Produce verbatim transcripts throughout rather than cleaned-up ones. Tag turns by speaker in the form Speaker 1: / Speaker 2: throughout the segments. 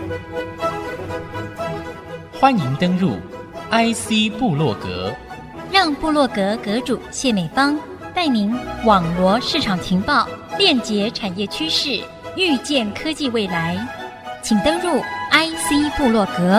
Speaker 1: 欢迎登入 I C 部落格，
Speaker 2: 让部落格阁主谢美芳带您网罗市场情报，链接产业趋势，预见科技未来。请登入 I C 部落格。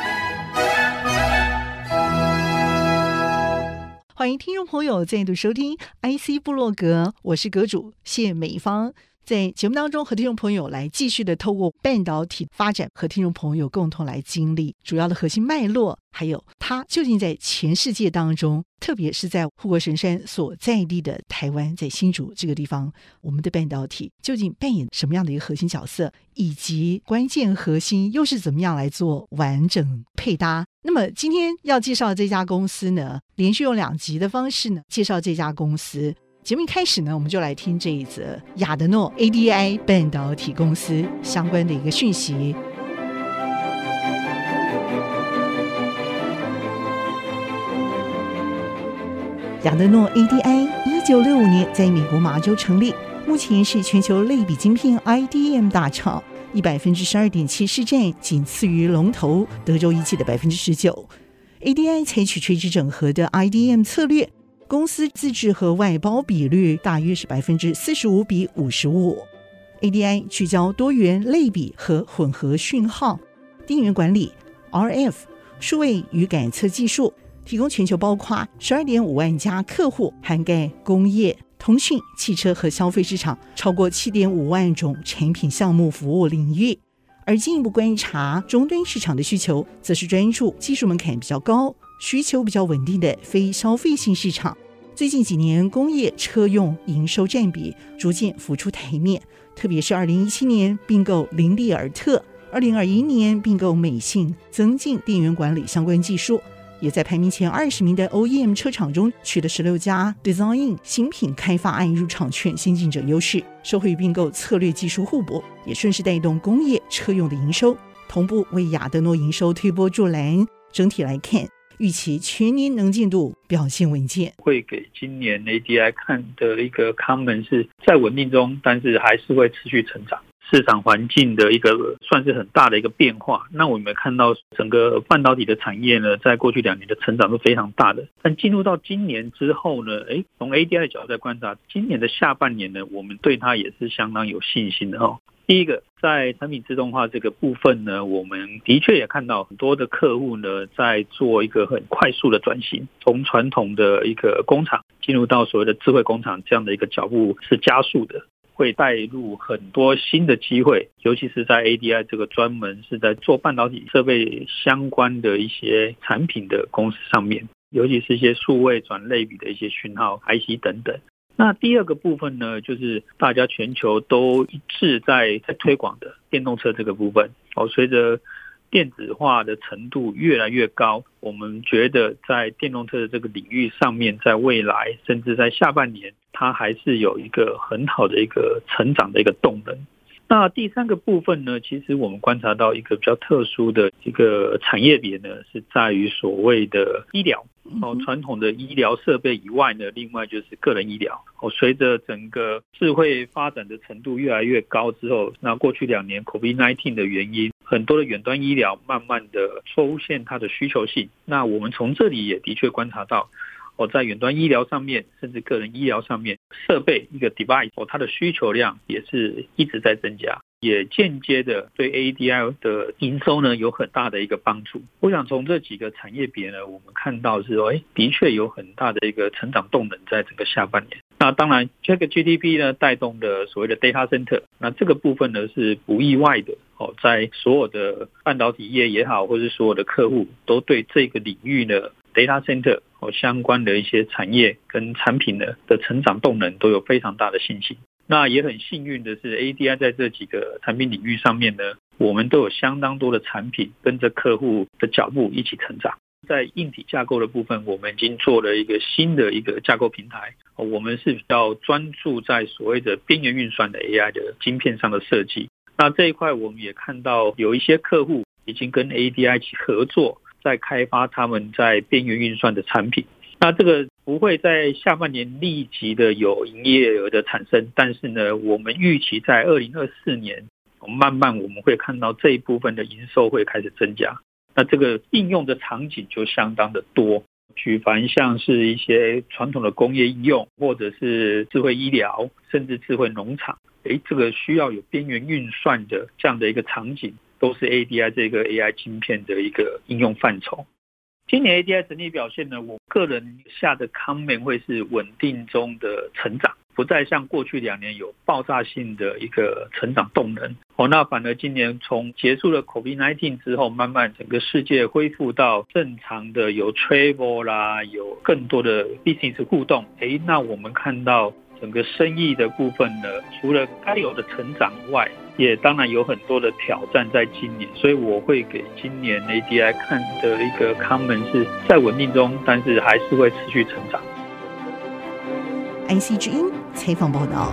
Speaker 3: 欢迎听众朋友再度收听 I C 部落格，我是阁主谢美芳。在节目当中和听众朋友来继续的透过半导体发展和听众朋友共同来经历主要的核心脉络，还有它究竟在全世界当中，特别是在护国神山所在地的台湾，在新竹这个地方，我们的半导体究竟扮演什么样的一个核心角色，以及关键核心又是怎么样来做完整配搭。那么今天要介绍这家公司呢，连续用两集的方式呢介绍这家公司。节目一开始呢，我们就来听这一则亚德诺 A D I 半导体公司相关的一个讯息。亚德诺 A D I 一九六五年在美国麻州成立，目前是全球类比晶片 I D M 大厂，以百分之十二点七市占，仅次于龙头德州仪器的百分之十九。A D I 采取垂直整合的 I D M 策略。公司自制和外包比率大约是百分之四十五比五十五。A D I 聚焦多元类比和混合讯号、电源管理、R F、数位与感测技术，提供全球包括十二点五万家客户，涵盖工业、通讯、汽车和消费市场超过七点五万种产品项目服务领域。而进一步观察终端市场的需求，则是专注技术门槛比较高、需求比较稳定的非消费性市场。最近几年工业车用营收占比逐渐浮出台面，特别是二零一七年并购林利尔特，二零二一年并购美信，增进电源管理相关技术，也在排名前二十名的 O E M 车厂中取得十六家 Design 新品开发案入场券先进者优势，受惠于并购策略技术互补，也顺势带动工业车用的营收，同步为亚德诺营收推波助澜。整体来看，预期全年能见度表现稳健，
Speaker 4: 会给今年 A D I 看的一个 comment 是在稳定中，但是还是会持续成长。市场环境的一个算是很大的一个变化，那我们看到整个半导体的产业呢，在过去两年的成长是非常大的，但进入到今年之后呢，诶，从 A D I 的角度来观察，今年的下半年呢，我们对它也是相当有信心的哦。第一个，在产品自动化这个部分呢，我们的确也看到很多的客户呢，在做一个很快速的转型，从传统的一个工厂进入到所谓的智慧工厂，这样的一个脚步是加速的，会带入很多新的机会，尤其是在 A D I 这个专门是在做半导体设备相关的一些产品的公司上面，尤其是一些数位转类比的一些讯号 I C 等等。那第二个部分呢，就是大家全球都一致在在推广的电动车这个部分哦，随着电子化的程度越来越高，我们觉得在电动车的这个领域上面，在未来甚至在下半年，它还是有一个很好的一个成长的一个动能。那第三个部分呢，其实我们观察到一个比较特殊的一个产业别呢，是在于所谓的医疗哦，传统的医疗设备以外呢，另外就是个人医疗哦。随着整个智慧发展的程度越来越高之后，那过去两年 COVID 十九 的原因，很多的远端医疗慢慢的出现它的需求性。那我们从这里也的确观察到。哦，在远端医疗上面，甚至个人医疗上面，设备一个 device， 哦，它的需求量也是一直在增加，也间接的对 A D I 的营收呢有很大的一个帮助。我想从这几个产业别呢，我们看到是说，哎，的确有很大的一个成长动能在整个下半年。那当然，这个 G D P 呢带动的所谓的 data center， 那这个部分呢是不意外的。哦，在所有的半导体业也好，或是所有的客户都对这个领域呢 data center 哦相关的一些产业跟产品呢的成长动能都有非常大的信心。那也很幸运的是 A D I 在这几个产品领域上面呢，我们都有相当多的产品跟着客户的脚步一起成长。在硬体架构的部分，我们已经做了一个新的一个架构平台，我们是比较专注在所谓的边缘运算的 A I 的晶片上的设计。那这一块我们也看到有一些客户已经跟 A D I 一起合作，在开发他们在边缘运算的产品。那这个不会在下半年立即的有营业额的产生，但是呢，我们预期在二零二四年慢慢我们会看到这一部分的营收会开始增加。那这个应用的场景就相当的多，举凡像是一些传统的工业应用，或者是智慧医疗，甚至智慧农场，诶，这个需要有边缘运算的这样的一个场景，都是 A D I 这个 A I 晶片的一个应用范畴。今年 A D I 整体表现呢，我个人下的 comment 会是稳定中的成长，不再像过去两年有爆炸性的一个成长动能。哦，那反而今年从结束了 COVID 十九 之后，慢慢整个世界恢复到正常的有 travel 啦，有更多的 business 互动。诶，那我们看到整个生意的部分呢，除了该有的成长外，也当然有很多的挑战在今年，所以我会给今年 A D I 看的一个 comment 是在稳定中，但是还是会持续成长。
Speaker 3: I C 之音采访报道。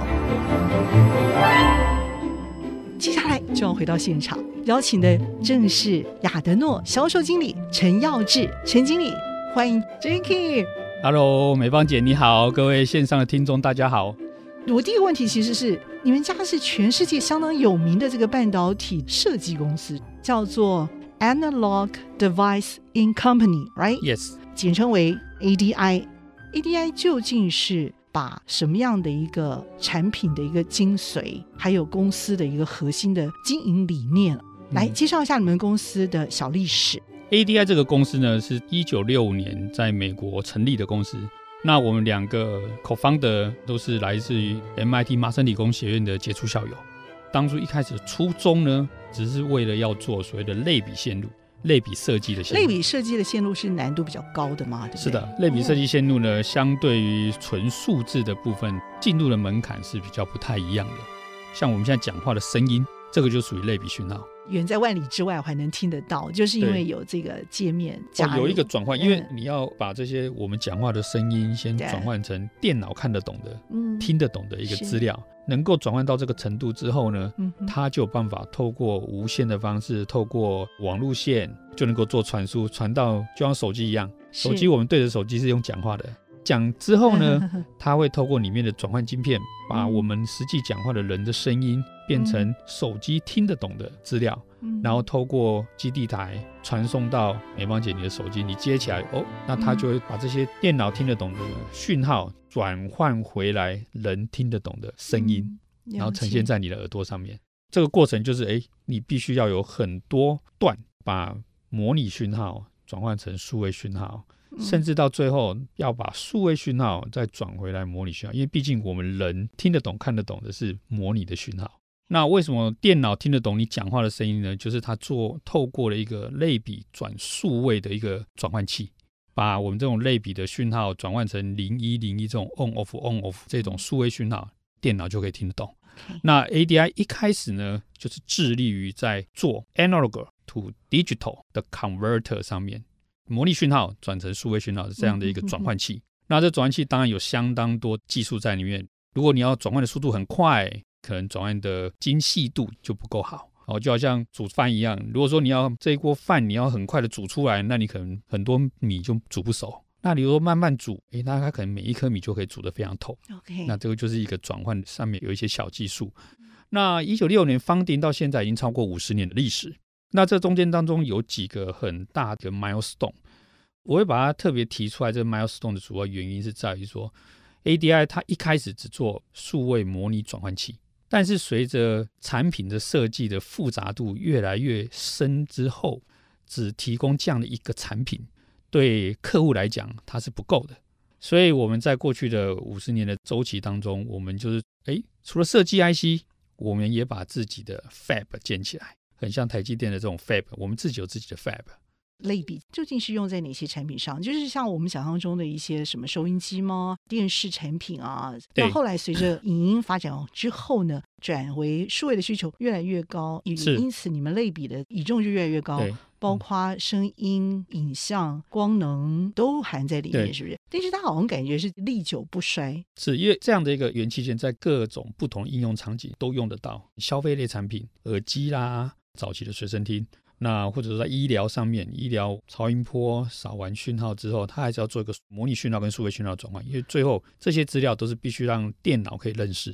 Speaker 3: 接下来就要回到现场，邀请的正是亚德诺销售经理陈耀志，陈经理，欢迎 Jacky。Hello，
Speaker 5: 美芳姐你好，各位线上的听众大家好。
Speaker 3: 我第一个问题其实是，你们家是全世界相当有名的这个半导体设计公司，叫做 Analog Device Incorporated，right？
Speaker 5: Yes，
Speaker 3: 简称为 A D I。A D I 究竟是把什么样的一个产品的一个精髓，还有公司的一个核心的经营理念，来介绍一下你们公司的小历史。
Speaker 5: A D I 这个公司呢，是一九六五年在美国成立的公司。那我们两个 co-founder 都是来自于 M I T 麻省理工学院的杰出校友。当初一开始初衷呢，只是为了要做所谓的类比线路、类比设计的线路。
Speaker 3: 类比设计的线路是难度比较高的吗？对不对？
Speaker 5: 是的，类比设计线路呢，哦、相对于纯数字的部分，进入的门槛是比较不太一样的。像我们现在讲话的声音，这个就属于类比讯号。
Speaker 3: 远在万里之外我还能听得到，就是因为有这个界面加入、
Speaker 5: 哦、有一个转换，因为你要把这些我们讲话的声音先转换成电脑看得懂的、嗯、听得懂的一个资料，能够转换到这个程度之后呢、嗯、它就有办法透过无线的方式，透过网路线就能够做传输，传到就像手机一样，手机我们对着手机是用讲话的，讲之后呢它会透过里面的转换晶片，把我们实际讲话的人的声音变成手机听得懂的资料、嗯、然后透过基地台传送到美芳姐你的手机，你接起来哦，那它就会把这些电脑听得懂的讯号转换回来人听得懂的声音、嗯、然后呈现在你的耳朵上面。这个过程就是哎，你必须要有很多段把模拟讯号转换成数位讯号，甚至到最后要把数位讯号再转回来模拟讯号，因为毕竟我们人听得懂看得懂的是模拟的讯号。那为什么电脑听得懂你讲话的声音呢？就是它做透过了一个类比转数位的一个转换器，把我们这种类比的讯号转换成零一零一这种 on off on off 这种数位讯号，电脑就可以听得懂。Okay. 那 A D I 一开始呢，就是致力于在做 analog to digital 的 converter 上面，模拟讯号转成数位讯号的这样的一个转换器、嗯、那这转换器当然有相当多技术在里面，如果你要转换的速度很快，可能转换的精细度就不够好、哦、就好像煮饭一样，如果说你要这一锅饭你要很快的煮出来，那你可能很多米就煮不熟，那你如果慢慢煮，诶，那它可能每一颗米就可以煮得非常透、okay. 那这个就是一个转换上面有一些小技术、嗯、那一九六六年founding到现在已经超过五十年的历史，那这中间当中有几个很大的 milestone，我会把它特别提出来，这个 milestone 的主要原因是在于说 A D I 它一开始只做数位模拟转换器，但是随着产品的设计的复杂度越来越深之后，只提供这样的一个产品对客户来讲它是不够的，所以我们在过去的五十年的周期当中，我们就是诶除了设计 I C， 我们也把自己的 Fab 建起来，很像台积电的这种 Fab， 我们自己有自己的 Fab。
Speaker 3: 类比究竟是用在哪些产品上？就是像我们想象中的一些什么收音机吗？电视产品啊？到后来随着影音发展之后呢，转为数位的需求越来越高，因此你们类比的比重就越来越高，包括声音、影像、光能都含在里面，是不是？但是它好像感觉是历久不衰，
Speaker 5: 是因为这样的一个元器件在各种不同应用场景都用得到，消费类产品、耳机啦，早期的随身听。那或者说在医疗上面，医疗超音波扫完讯号之后，它还是要做一个模拟讯号跟数位讯号转换，因为最后这些资料都是必须让电脑可以认识，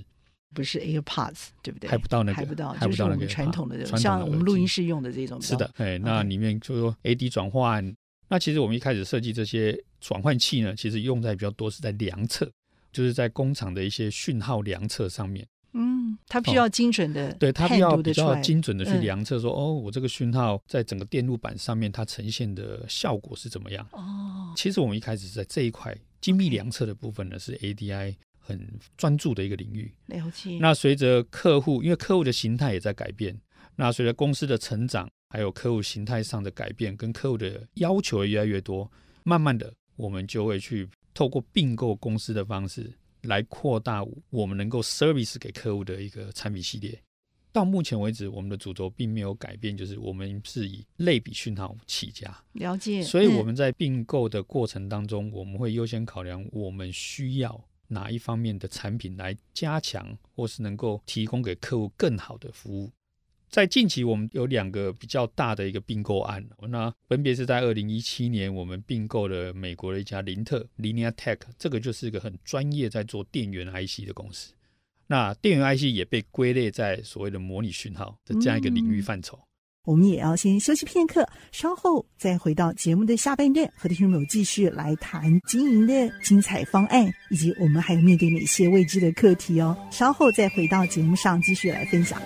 Speaker 3: 不是 AirPods 对不对？
Speaker 5: 还不到那个，
Speaker 3: 还不到，
Speaker 5: 还不到那个
Speaker 3: 就是我们传统的，
Speaker 5: 传统的
Speaker 3: 像我们录音室用的这种。
Speaker 5: 是的，哎，那里面就说 A D 转换。那其实我们一开始设计这些转换器呢，其实用在比较多是在量测，就是在工厂的一些讯号量测上面。
Speaker 3: 嗯，它必须要精准的、哦，
Speaker 5: 对，它必须要比较精准的去量测说、嗯、哦，我这个讯号在整个电路板上面它呈现的效果是怎么样。哦，其实我们一开始在这一块精密量测的部分呢， okay. 是 A D I 很专注的一个领域。
Speaker 3: 了解。
Speaker 5: 那随着客户，因为客户的形态也在改变，那随着公司的成长，还有客户形态上的改变，跟客户的要求也越来越多，慢慢的我们就会去透过并购公司的方式来扩大我们能够 service 给客户的一个产品系列。到目前为止我们的主轴并没有改变，就是我们是以类比讯号起家。
Speaker 3: 了解。
Speaker 5: 所以我们在并购的过程当中、嗯、我们会优先考量我们需要哪一方面的产品来加强，或是能够提供给客户更好的服务。在近期我们有两个比较大的一个并购案，那分别是在二零一七年我们并购了美国的一家林特 Linear Tech， 这个就是一个很专业在做电源 I C 的公司。那电源 I C 也被归类在所谓的模拟讯号的这样一个领域范畴、嗯、
Speaker 3: 我们也要先休息片刻，稍后再回到节目的下半段，和听众朋友继续来谈经营的精彩方案，以及我们还有面对哪些未知的课题哦。稍后再回到节目上继续来分享。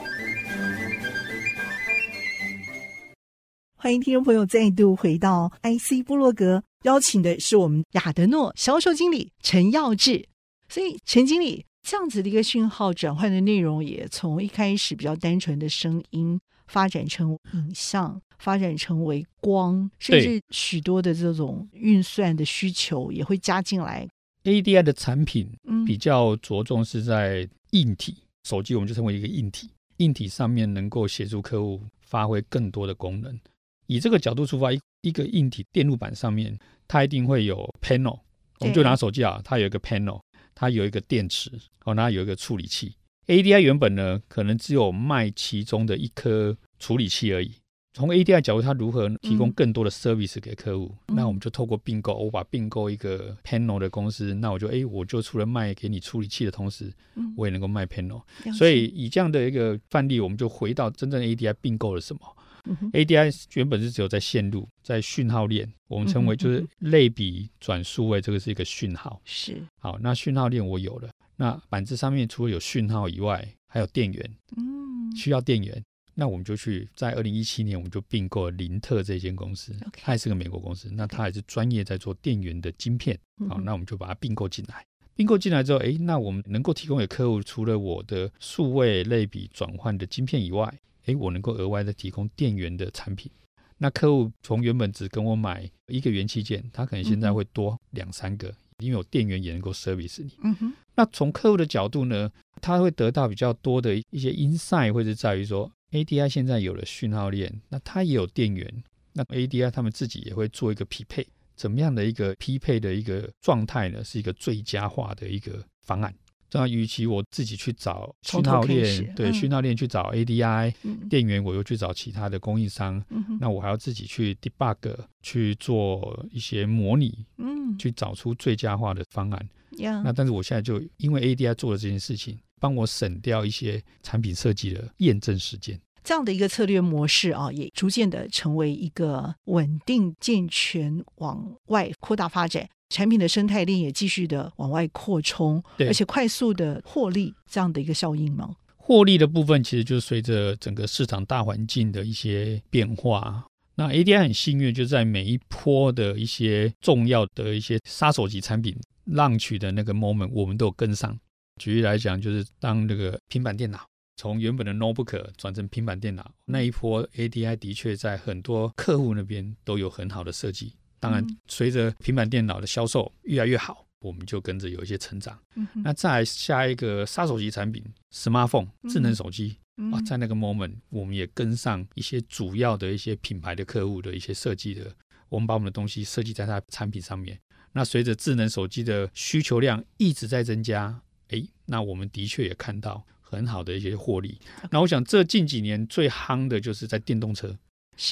Speaker 3: 欢迎听众朋友再度回到 I C 部落格，邀请的是我们亚德诺销售经理陈耀志。所以陈经理，这样子的一个讯号转换的内容也从一开始比较单纯的声音发展成影像，发展成为光，甚至许多的这种运算的需求也会加进来。
Speaker 5: A D I 的产品比较着重是在硬体、嗯、手机我们就称为一个硬体，硬体上面能够协助客户发挥更多的功能。以这个角度出发，一个硬体电路板上面它一定会有 panel， 我们就拿手机啊，它有一个 panel， 它有一个电池，它有一个处理器。 A D I 原本呢可能只有卖其中的一颗处理器而已，从 A D I 角度它如何提供更多的 service 给客户、嗯、那我们就透过并购，我把并购一个 panel 的公司，那我就哎，我就除了卖给你处理器的同时、嗯、我也能够卖 panel。 所以以这样的一个范例，我们就回到真正 A D I 并购了什么。嗯、A D I 原本是只有在线路，在讯号链，我们称为就是类比转数位，这个是一个讯号。
Speaker 3: 是。
Speaker 5: 好，那讯号链我有了，那板子上面除了有讯号以外还有电源、嗯、需要电源，那我们就去在二零一七年我们就并购了林特这间公司、okay. 它也是个美国公司，那它也是专业在做电源的晶片、嗯、好，那我们就把它并购进来。并购进来之后，诶，那我们能够提供给客户除了我的数位类比转换的晶片以外，诶，我能够额外的提供电源的产品。那客户从原本只跟我买一个元器件，他可能现在会多两三个、嗯、因为有电源也能够 service 你、嗯、哼。那从客户的角度呢，他会得到比较多的一些 insight， 会是在于说 A D I 现在有了讯号链，那它也有电源，那 A D I 他们自己也会做一个匹配，怎么样的一个匹配的一个状态呢，是一个最佳化的一个方案。那与其我自己去找讯号链，对、嗯、讯号链去找 A D I、嗯、电源我又去找其他的供应商、嗯、那我还要自己去 debug 去做一些模拟、嗯、去找出最佳化的方案、yeah. 那但是我现在就因为 A D I 做了这件事情，帮我省掉一些产品设计的验证时间。
Speaker 3: 这样的一个策略模式啊，也逐渐的成为一个稳定健全往外扩大发展，产品的生态链也继续的往外扩充，而且快速的获利，这样的一个效应吗？
Speaker 5: 获利的部分其实就是随着整个市场大环境的一些变化，那 A D I 很幸运，就在每一波的一些重要的一些杀手级产品launch的那个 moment 我们都有跟上。举例来讲，就是当那个平板电脑从原本的 notebook 转成平板电脑那一波， A D I 的确在很多客户那边都有很好的设计。当然随着平板电脑的销售越来越好，我们就跟着有一些成长、嗯、那再来下一个杀手级产品 smartphone 智能手机、嗯啊、在那个 moment 我们也跟上一些主要的一些品牌的客户的一些设计的，我们把我们的东西设计在它的产品上面。那随着智能手机的需求量一直在增加，诶，那我们的确也看到很好的一些获利、okay. 那我想这近几年最夯的就是在电动车，
Speaker 3: 是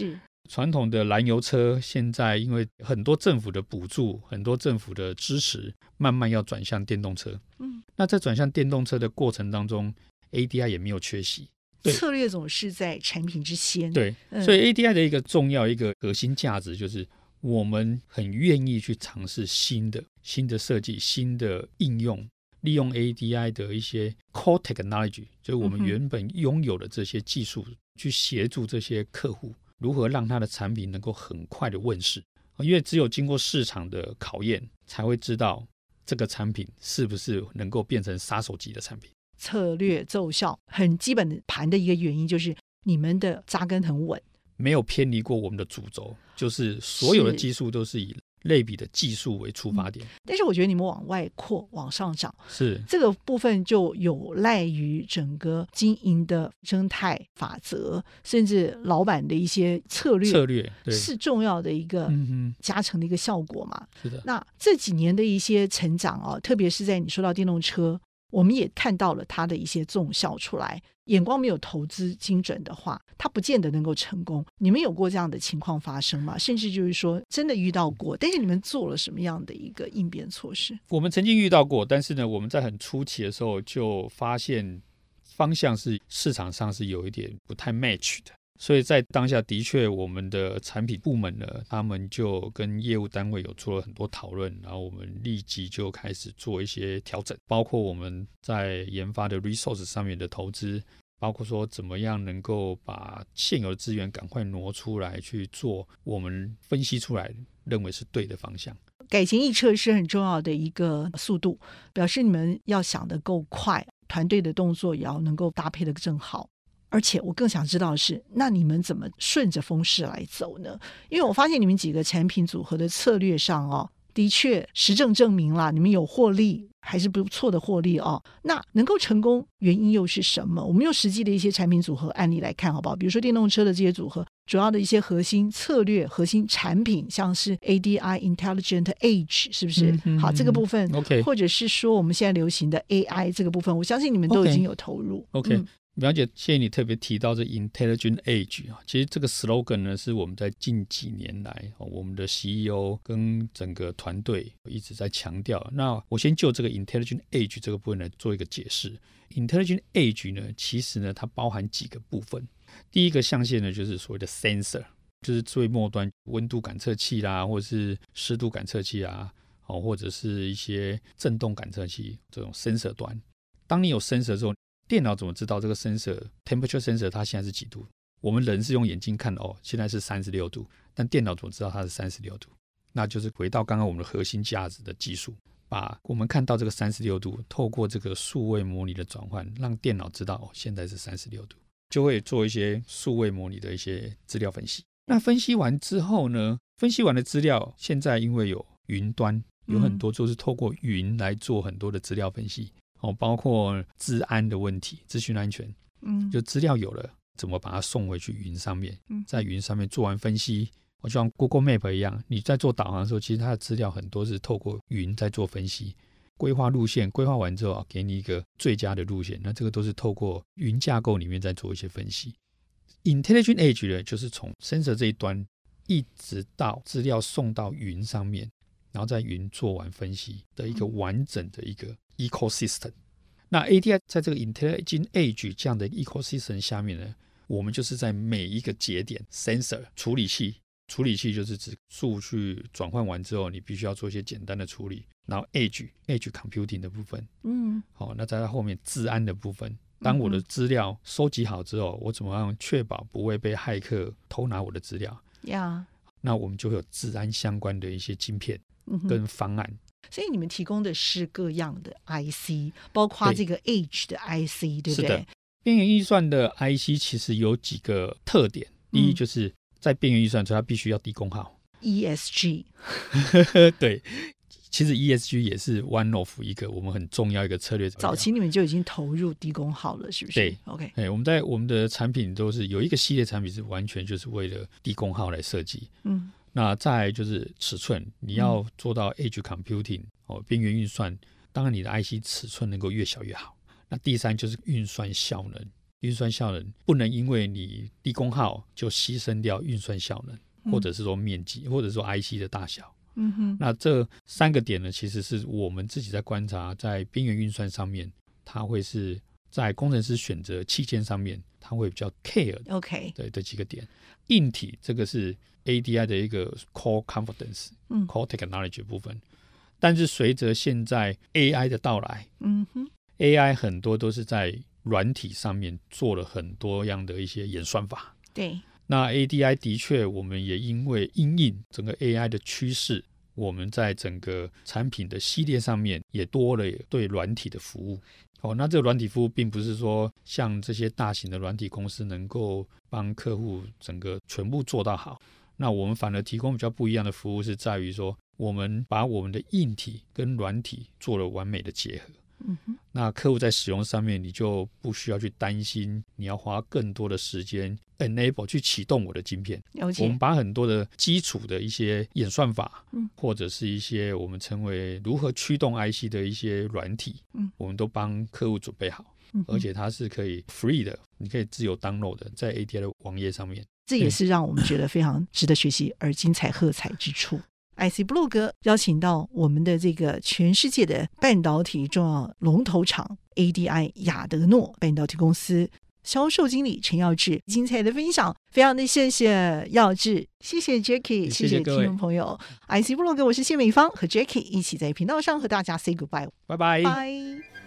Speaker 5: 传统的燃油车现在因为很多政府的补助，很多政府的支持，慢慢要转向电动车。嗯，那在转向电动车的过程当中 A D I 也没有缺席。
Speaker 3: 策略总是在产品之先。
Speaker 5: 对、嗯、所以 A D I 的一个重要一个核心价值就是我们很愿意去尝试新的新的设计，新的应用，利用 A D I 的一些 core technology， 就是我们原本拥有的这些技术、嗯、去协助这些客户如何让他的产品能够很快的问世。因为只有经过市场的考验，才会知道这个产品是不是能够变成杀手级的产品。
Speaker 3: 策略奏效很基本的盘的一个原因就是你们的扎根很稳，
Speaker 5: 没有偏离过我们的主轴，就是所有的技术都是以类比的技术为出发点、嗯、
Speaker 3: 但是我觉得你们往外扩往上涨，
Speaker 5: 是
Speaker 3: 这个部分就有赖于整个经营的生态法则，甚至老板的一些策略
Speaker 5: 策略对
Speaker 3: 是重要的一个加成的一个效果嘛、
Speaker 5: 嗯、是的。
Speaker 3: 那这几年的一些成长、哦、特别是在你说到电动车，我们也看到了它的一些纵效出来，眼光没有投资精准的话，它不见得能够成功。你们有过这样的情况发生吗？甚至就是说真的遇到过，但是你们做了什么样的一个应变措施？
Speaker 5: 我们曾经遇到过，但是呢我们在很初期的时候就发现方向是市场上是有一点不太 match 的，所以在当下的确我们的产品部门呢，他们就跟业务单位有做了很多讨论，然后我们立即就开始做一些调整，包括我们在研发的 resource 上面的投资，包括说怎么样能够把现有的资源赶快挪出来去做我们分析出来认为是对的方向。
Speaker 3: 改弦易辙是很重要的一个速度，表示你们要想得够快，团队的动作也要能够搭配得正好。而且我更想知道的是，那你们怎么顺着风势来走呢？因为我发现你们几个产品组合的策略上哦，的确实证证明啦，你们有获利，还是不错的获利哦。那能够成功原因又是什么？我们用实际的一些产品组合案例来看好不好？比如说电动车的这些组合，主要的一些核心策略、核心产品，像是 A D I Intelligent Edge 是不是、嗯、好这个部分、
Speaker 5: okay.
Speaker 3: 或者是说我们现在流行的 A I 这个部分，我相信你们都已经有投入
Speaker 5: OK, okay.、嗯了解，谢谢你特别提到这 Intelligent Edge。 其实这个 slogan 呢是我们在近几年来我们的 C E O 跟整个团队一直在强调。那我先就这个 Intelligent Edge 这个部分来做一个解释。 Intelligent Edge 呢其实呢它包含几个部分。第一个象限呢就是所谓的 sensor， 就是最末端温度感测器啦，或者是湿度感测器啊，或者是一些震动感测器，这种 sensor 端。当你有 sensor 之后，电脑怎么知道这个 sensor temperature sensor 它现在是几度？我们人是用眼睛看的哦，现在是三十六度，但电脑怎么知道它是三十六度？那就是回到刚刚我们的核心价值的技术，把我们看到这个三十六度透过这个数位模拟的转换，让电脑知道哦现在是三十六度，就会做一些数位模拟的一些资料分析。那分析完之后呢，分析完的资料现在因为有云端，有很多就是透过云来做很多的资料分析。哦、包括资安的问题，资讯安全，嗯，就资料有了，怎么把它送回去云上面，嗯、在云上面做完分析，就像 Google Map 一样，你在做导航的时候，其实它的资料很多是透过云在做分析，规划路线，规划完之后给你一个最佳的路线，那这个都是透过云架构里面在做一些分析。Intelligent Edge 呢，就是从 sensor 这一端一直到资料送到云上面，然后在云做完分析的一个完整的一个ecosystem。 那 A D I 在这个 Intelligent Edge 这样的 ecosystem 下面呢，我们就是在每一个节点 sensor 处理器，处理器就是指数据转换完之后你必须要做一些简单的处理，然后 Edge Edge Computing 的部分，嗯，好，那在后面治安的部分，当我的资料收集好之后，我怎么样确保不会被骇客偷拿我的资料， yeah. 那我们就会有治安相关的一些晶片跟方案、嗯，
Speaker 3: 所以你们提供的是各样的 I C， 包括这个 Edge 的 I C， 对不对？是的，
Speaker 5: 边缘运算的 I C 其实有几个特点，第一就是在边缘运算，所以它必须要低功耗
Speaker 3: E S G
Speaker 5: 对，其实 E S G 也是 one of 一个我们很重要一个策略。
Speaker 3: 早期你们就已经投入低功耗了，是不是？
Speaker 5: 对
Speaker 3: ，OK，
Speaker 5: 我们在我们的产品都是有一个系列产品是完全就是为了低功耗来设计。嗯，那再来就是尺寸，你要做到 Edge Computing、哦、边缘运算，当然你的 I C 尺寸能够越小越好。那第三就是运算效能， 运算效能不能因为你低功耗就牺牲掉运算效能，嗯、或者是说面积，或者说 I C 的大小。嗯哼，那这三个点呢，其实是我们自己在观察，在边缘运算上面，它会是在工程师选择器件上面，它会比较 care
Speaker 3: OK
Speaker 5: 对的几个点。硬体这个是 A D I 的一个 core competence、嗯、core technology 的部分，但是随着现在 A I 的到来，嗯哼 A I 很多都是在软体上面做了很多样的一些演算法。
Speaker 3: 对，
Speaker 5: 那 A D I 的确我们也因为因应整个 A I 的趋势，我们在整个产品的系列上面也多了对软体的服务。哦，那这个软体服务并不是说像这些大型的软体公司能够帮客户整个全部做到好，那我们反而提供比较不一样的服务，是在于说我们把我们的硬体跟软体做了完美的结合。嗯哼，那客户在使用上面，你就不需要去担心你要花更多的时间 enable 去启动我的晶片。我们把很多的基础的一些演算法、嗯、或者是一些我们称为如何驱动 I C 的一些软体、嗯、我们都帮客户准备好、嗯、而且它是可以 free 的，你可以自由 download 的，在 A D I 的网页上面。
Speaker 3: 这也是让我们觉得非常值得学习而精彩喝彩之处。I C 部落格邀请到我们的这个全世界的半导体重要龙头厂 A D I 亚德诺半导体公司销售经理陈耀智精彩的分享，非常的谢谢耀智，谢谢 Jackie， 谢谢听众朋友。I C 部落格，我是谢美芳，和 Jackie 一起在频道上和大家 say goodbye，
Speaker 5: 拜拜。
Speaker 3: 拜。